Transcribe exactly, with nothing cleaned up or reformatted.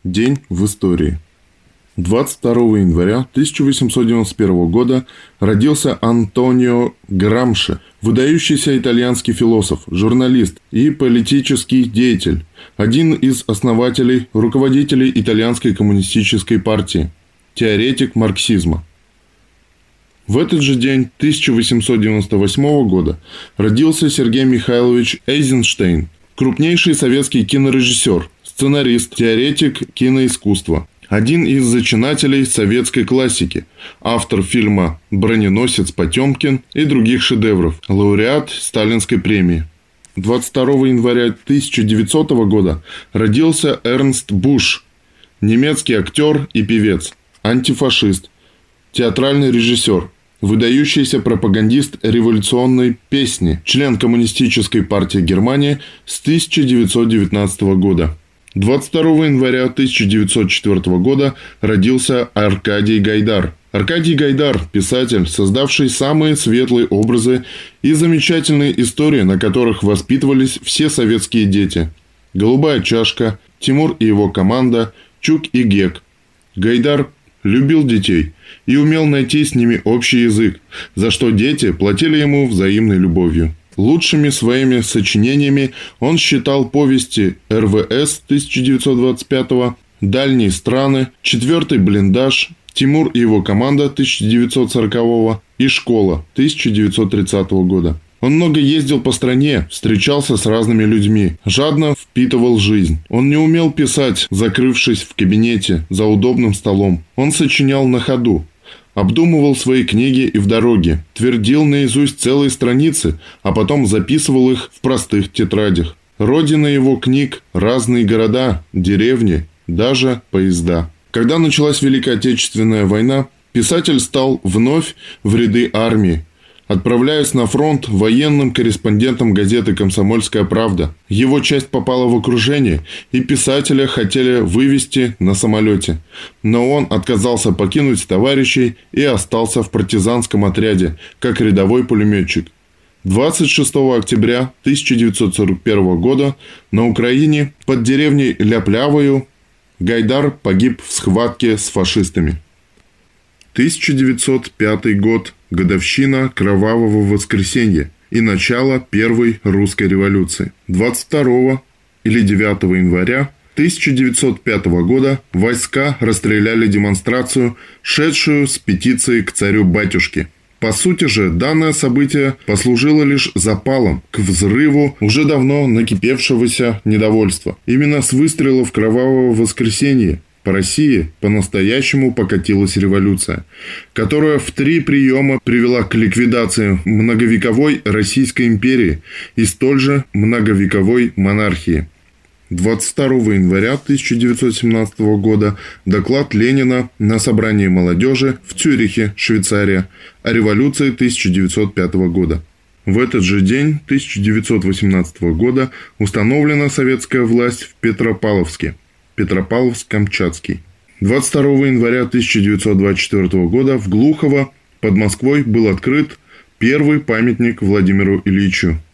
День в истории. двадцать второго января тысяча восемьсот девяносто первого года родился Антонио Грамши, выдающийся итальянский философ, журналист и политический деятель, один из основателей, руководителей итальянской коммунистической партии, теоретик марксизма. В этот же день тысяча восемьсот девяносто восьмого года родился Сергей Михайлович Эйзенштейн, крупнейший советский кинорежиссер, сценарист, теоретик киноискусства, один из зачинателей советской классики, автор фильма «Броненосец Потемкин» и других шедевров, лауреат Сталинской премии. двадцать второго января тысяча девятисотого года родился Эрнст Буш, немецкий актер и певец, антифашист, театральный режиссер, выдающийся пропагандист революционной песни, член Коммунистической партии Германии с тысяча девятьсот девятнадцатого года. двадцать второго января тысяча девятьсот четвёртого года родился Аркадий Гайдар. Аркадий Гайдар – писатель, создавший самые светлые образы и замечательные истории, на которых воспитывались все советские дети. «Голубая чашка», «Тимур и его команда», «Чук и Гек». Гайдар любил детей и умел найти с ними общий язык, за что дети платили ему взаимной любовью. Лучшими своими сочинениями он считал повести эр вэ эс тысяча девятьсот двадцать пятого, «Дальние страны», «Четвертый блиндаж», «Тимур и его команда» тысяча девятьсот сорокового и «Школа» тысяча девятьсот тридцатого года. Он много ездил по стране, встречался с разными людьми, жадно впитывал жизнь. Он не умел писать, закрывшись в кабинете за удобным столом. Он сочинял на ходу. Обдумывал свои книги и в дороге, твердил наизусть целые страницы, а потом записывал их в простых тетрадях. Родина его книг – разные города, деревни, даже поезда. Когда началась Великая Отечественная война, писатель стал вновь в ряды армии, отправляясь на фронт военным корреспондентом газеты «Комсомольская правда». Его часть попала в окружение, и писателя хотели вывезти на самолете. Но он отказался покинуть товарищей и остался в партизанском отряде, как рядовой пулеметчик. двадцать шестого октября тысяча девятьсот сорок первого года на Украине под деревней Ляплявою Гайдар погиб в схватке с фашистами. тысяча девятьсот пятый год. Годовщина Кровавого воскресенья и начало Первой русской революции. двадцать второго или девятого января тысяча девятьсот пятого года войска расстреляли демонстрацию, шедшую с петицией к царю-батюшке. По сути же, данное событие послужило лишь запалом к взрыву уже давно накипевшегося недовольства. Именно с выстрелов Кровавого воскресенья по России по-настоящему покатилась революция, которая в три приема привела к ликвидации многовековой Российской империи и столь же многовековой монархии. двадцать второго января тысяча девятьсот семнадцатого года доклад Ленина на собрании молодежи в Цюрихе, Швейцария, о революции тысяча девятьсот пятого года. В этот же день тысяча девятьсот восемнадцатого года установлена советская власть в Петропавловске. Петропавловск-Камчатский. двадцать второго января тысяча девятьсот двадцать четвёртого года в Глухово под Москвой был открыт первый памятник Владимиру Ильичу.